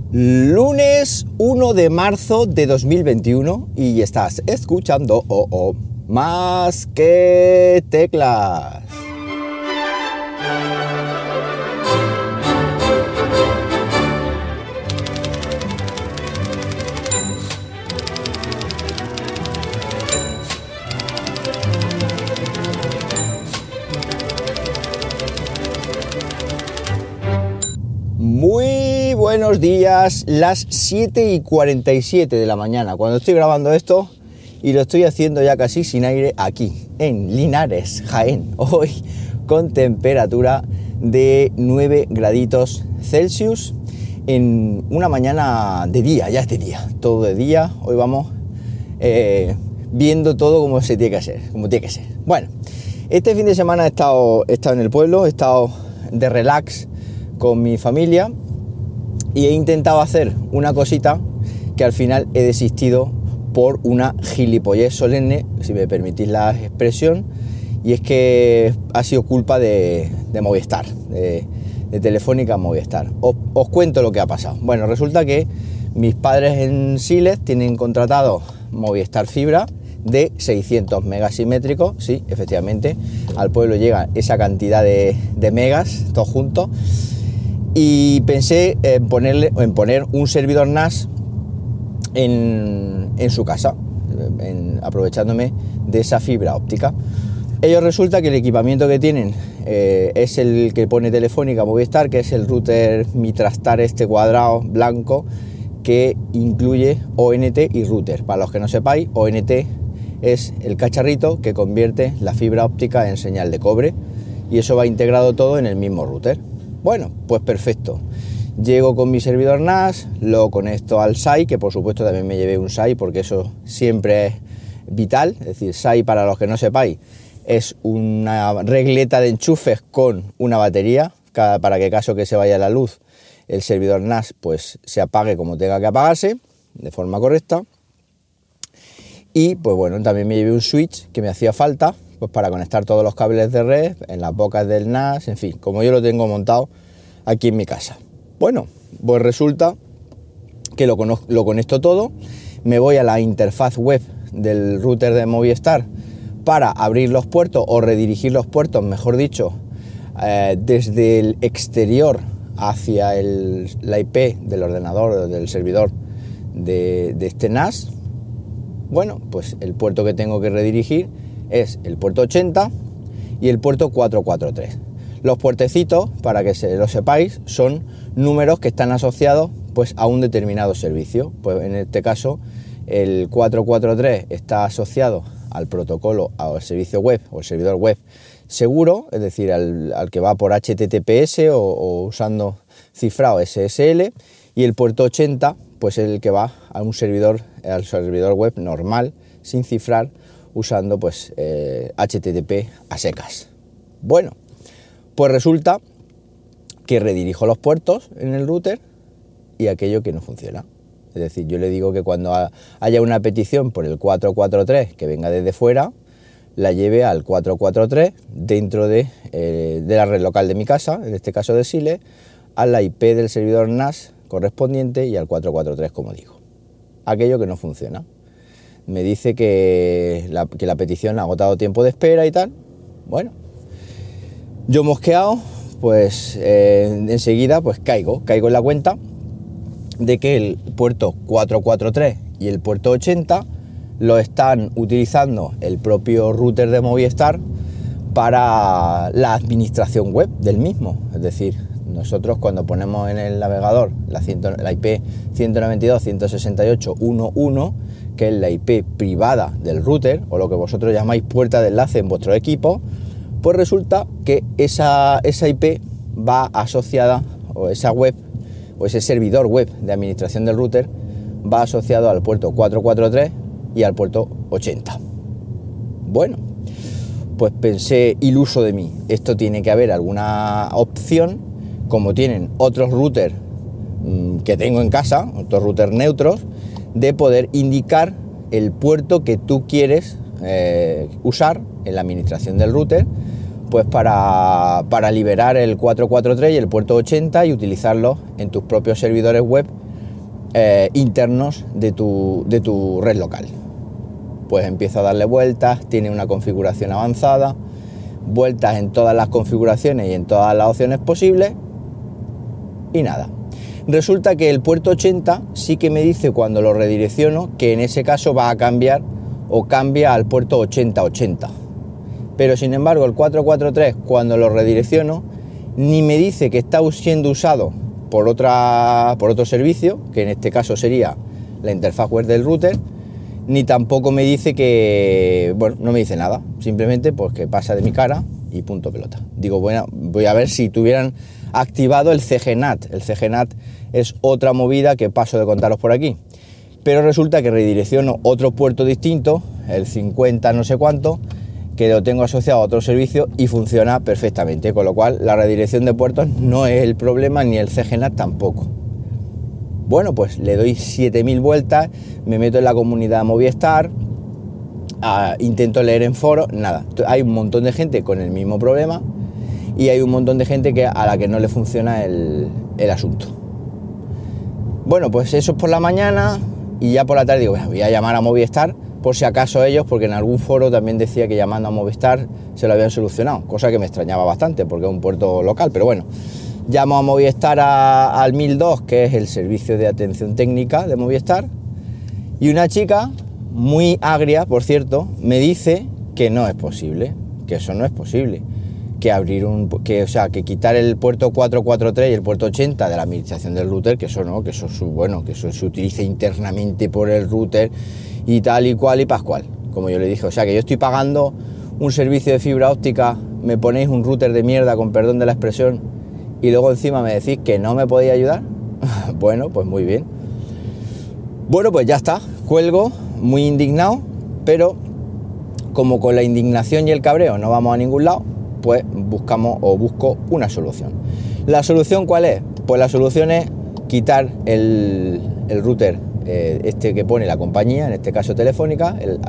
Lunes 1 de marzo de 2021 y estás escuchando Más que Teclas. Muy buenos días, las 7:47 de la mañana cuando estoy grabando esto y lo estoy haciendo ya casi sin aire aquí en Linares, Jaén, hoy con temperatura de 9 graditos Celsius en una mañana de día, ya es de día, todo de día. Hoy vamos viendo todo como se tiene que hacer, como tiene que ser. Bueno, este fin de semana he estado en el pueblo, he estado de relax con mi familia y he intentado hacer una cosita que al final he desistido por una gilipollez solemne, si me permitís la expresión, y es que ha sido culpa de Movistar, de Telefónica Movistar. Os cuento lo que ha pasado. Bueno, resulta que mis padres en Siles tienen contratado Movistar Fibra de 600 megas simétricos, sí, efectivamente, al pueblo llega esa cantidad de megas, todos juntos. Y pensé en poner un servidor NAS en su casa, aprovechándome de esa fibra óptica. Ellos resulta que el equipamiento que tienen es el que pone Telefónica Movistar, que es el router Mitrastar este cuadrado blanco que incluye ONT y router. Para los que no sepáis, ONT es el cacharrito que convierte la fibra óptica en señal de cobre y eso va integrado todo en el mismo router. Bueno, pues perfecto. Llego con mi servidor NAS, lo conecto al SAI, que por supuesto también me llevé un SAI porque eso siempre es vital. Es decir, SAI, para los que no sepáis, es una regleta de enchufes con una batería, para que caso que se vaya la luz, el servidor NAS pues se apague como tenga que apagarse, de forma correcta. Y pues bueno, también me llevé un switch que me hacía falta, pues para conectar todos los cables de red en las bocas del NAS, en fin, como yo lo tengo montado aquí en mi casa. Bueno, pues resulta que lo conecto todo, me voy a la interfaz web del router de Movistar para abrir los puertos o redirigir los puertos, mejor dicho, desde el exterior hacia la IP del ordenador o del servidor de este NAS. Bueno, pues el puerto que tengo que redirigir es el puerto 80 y el puerto 443. Los puertecitos, para que lo sepáis, son números que están asociados pues a un determinado servicio. Pues en este caso el 443 está asociado al protocolo, al servicio web o el servidor web seguro, es decir, al que va por HTTPS o usando cifrado SSL, y el puerto 80 pues es el que va a al servidor web normal, sin cifrar, usando pues HTTP a secas. Bueno, pues resulta que redirijo los puertos en el router y aquello que no funciona. Es decir, yo le digo que cuando haya una petición por el 443 que venga desde fuera, la lleve al 443 dentro de la red local de mi casa, en este caso de Siles, a la IP del servidor NAS correspondiente y al 443, como digo. Aquello que no funciona. Me dice que la petición ha agotado tiempo de espera y tal. Bueno, yo mosqueado, pues enseguida pues caigo en la cuenta de que el puerto 443 y el puerto 80 lo están utilizando el propio router de Movistar para la administración web del mismo. Es decir, nosotros cuando ponemos en el navegador la IP 192.168.1.1, que es la IP privada del router, o lo que vosotros llamáis puerta de enlace en vuestro equipo, pues resulta que esa IP va asociada, o esa web, o ese servidor web de administración del router, va asociado al puerto 443 y al puerto 80. Bueno, pues pensé, iluso de mí, esto tiene que haber alguna opción, como tienen otros routers que tengo en casa, otros routers neutros, de poder indicar el puerto que tú quieres usar en la administración del router, pues para liberar el 443 y el puerto 80 y utilizarlos en tus propios servidores web internos de tu red local. Pues empiezo a darle vueltas, tiene una configuración avanzada, vueltas en todas las configuraciones y en todas las opciones posibles, y nada. Resulta que el puerto 80 sí que me dice cuando lo redirecciono que en ese caso va a cambiar o cambia al puerto 8080. Pero sin embargo el 443 cuando lo redirecciono ni me dice que está siendo usado por otro servicio, que en este caso sería la interfaz web del router, ni tampoco me dice que, bueno, no me dice nada, simplemente pues que pasa de mi cara y punto pelota. Digo, bueno, voy a ver si tuvieran activado el CGNAT. El CGNAT es otra movida que paso de contaros por aquí. Pero resulta que redirecciono otro puerto distinto, el 50 no sé cuánto, que lo tengo asociado a otro servicio y funciona perfectamente. Con lo cual la redirección de puertos no es el problema, ni el CGNAT tampoco. Bueno, pues le doy 7000 vueltas, me meto en la comunidad Movistar, intento leer en foros, nada. Hay un montón de gente con el mismo problema y hay un montón de gente a la que no le funciona el asunto. Bueno, pues eso es por la mañana y ya por la tarde digo, bueno, voy a llamar a Movistar por si acaso ellos, porque en algún foro también decía que llamando a Movistar se lo habían solucionado, cosa que me extrañaba bastante porque es un puerto local, pero bueno. Llamo a Movistar al 1002, que es el servicio de atención técnica de Movistar, y una chica, muy agria, por cierto, me dice que no es posible, que eso no es posible, que quitar el puerto 443 y el puerto 80 de la administración del router, que eso no, que eso se utiliza internamente por el router y tal y cual y pascual, como yo le dije. O sea, que yo estoy pagando un servicio de fibra óptica, me ponéis un router de mierda, con perdón de la expresión, y luego encima me decís que no me podéis ayudar. Bueno, pues muy bien. Bueno, pues ya está, cuelgo, muy indignado, pero como con la indignación y el cabreo no vamos a ningún lado, pues busco una solución. ¿La solución cuál es? Pues la solución es quitar el router este que pone la compañía, en este caso Telefónica, el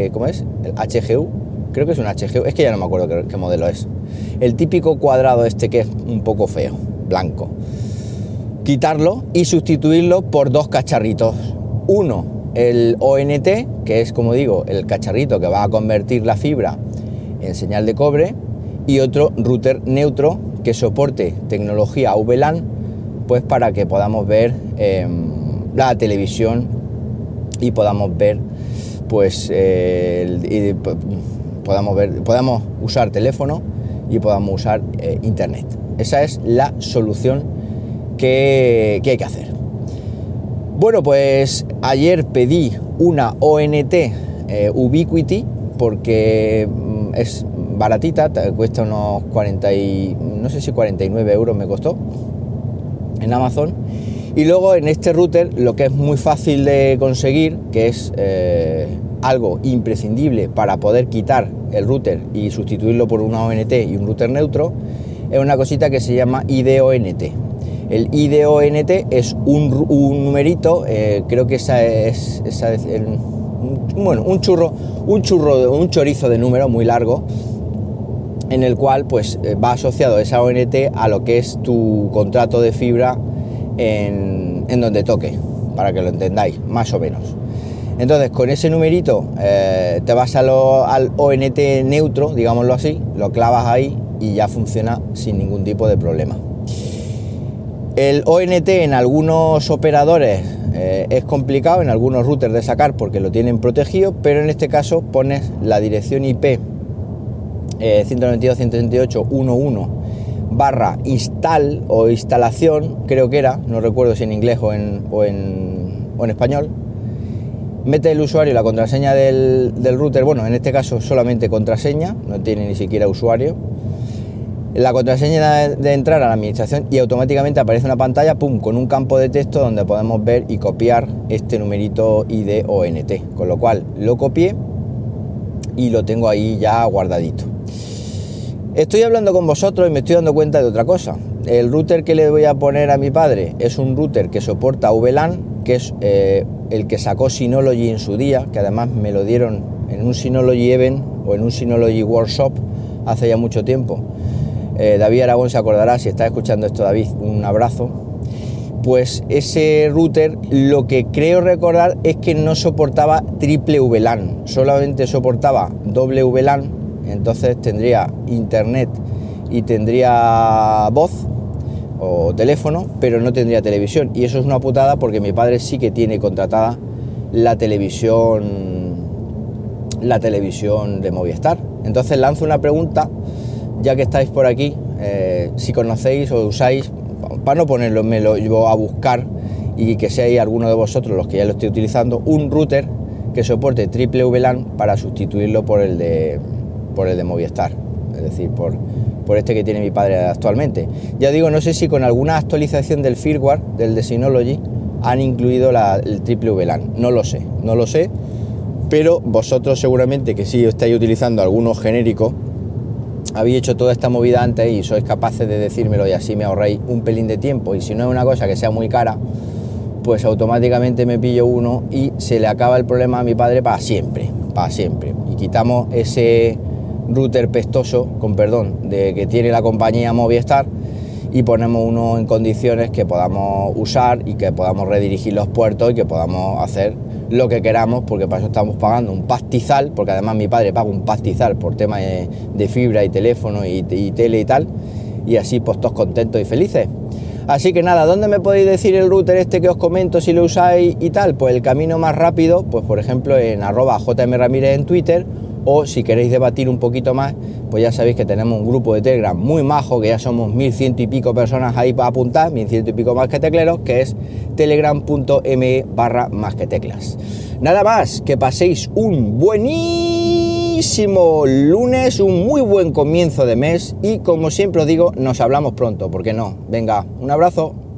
HGU, creo que es un HGU, es que ya no me acuerdo qué modelo es. El típico cuadrado este que es un poco feo, blanco. Quitarlo y sustituirlo por dos cacharritos. Uno, el ONT, que es, como digo, el cacharrito que va a convertir la fibra en señal de cobre, y otro router neutro que soporte tecnología VLAN, pues para que podamos ver la televisión y podamos ver, pues, podamos usar teléfono y podamos usar internet. Esa es la solución que hay que hacer. Bueno, pues ayer pedí una ONT Ubiquiti porque es baratita, cuesta unos 49 euros me costó en Amazon. Y luego en este router lo que es muy fácil de conseguir, que es algo imprescindible para poder quitar el router y sustituirlo por una ONT y un router neutro, es una cosita que se llama IDONT. El IDONT es un numerito, creo que un chorizo de número muy largo, en el cual pues va asociado esa ONT a lo que es tu contrato de fibra en donde toque, para que lo entendáis, más o menos. Entonces, con ese numerito te vas al ONT neutro, digámoslo así, lo clavas ahí y ya funciona sin ningún tipo de problema. El ONT en algunos operadores es complicado, en algunos routers de sacar porque lo tienen protegido, pero en este caso pones la dirección IP 192.168.11/install o instalación, creo que era, no recuerdo si en inglés o en español. Mete el usuario y la contraseña del router, bueno, en este caso solamente contraseña, no tiene ni siquiera usuario. La contraseña de entrar a la administración y automáticamente aparece una pantalla, pum, con un campo de texto donde podemos ver y copiar este numerito IDONT, con lo cual lo copié y lo tengo ahí ya guardadito. Estoy hablando con vosotros y me estoy dando cuenta de otra cosa. El router que le voy a poner a mi padre es un router que soporta VLAN, que es el que sacó Synology en su día, que además me lo dieron en un Synology Event o en un Synology Workshop hace ya mucho tiempo. David Aragón se acordará, si está escuchando esto, David, un abrazo. pues ese router, lo que creo recordar es que no soportaba triple VLAN, solamente soportaba doble VLAN, entonces tendría internet y tendría voz o teléfono, pero no tendría televisión, y eso es una putada porque mi padre sí que tiene contratada la televisión de Movistar. Entonces lanzo una pregunta, ya que estáis por aquí, si conocéis o usáis, para no ponerlo, me lo llevo a buscar y que seáis alguno de vosotros los que ya lo estoy utilizando, un router que soporte triple VLAN para sustituirlo por el de Movistar, es decir, por este que tiene mi padre actualmente. Ya digo, no sé si con alguna actualización del firmware del de Synology han incluido el triple VLAN, no lo sé, pero vosotros seguramente que sí estáis utilizando algunos genéricos, habéis hecho toda esta movida antes y sois capaces de decírmelo, y así me ahorráis un pelín de tiempo, y si no es una cosa que sea muy cara, pues automáticamente me pillo uno y se le acaba el problema a mi padre para siempre, y quitamos ese router pestoso, con perdón, de que tiene la compañía Movistar, y ponemos uno en condiciones que podamos usar y que podamos redirigir los puertos y que podamos hacer lo que queramos, porque para eso estamos pagando un pastizal, porque además mi padre paga un pastizal por tema de fibra y teléfono y tele y tal, y así pues todos contentos y felices. Así que nada, ¿dónde me podéis decir el router este que os comento si lo usáis y tal? Pues el camino más rápido, pues por ejemplo en @jmramírez en Twitter, o si queréis debatir un poquito más, pues ya sabéis que tenemos un grupo de Telegram muy majo, que ya somos 1100 y pico personas ahí para apuntar, 1100 y pico más que tecleros, que es telegram.me/masqueteclas. Nada más, que paséis un buenísimo lunes, un muy buen comienzo de mes, y como siempre os digo, nos hablamos pronto, ¿por qué no? Venga, un abrazo.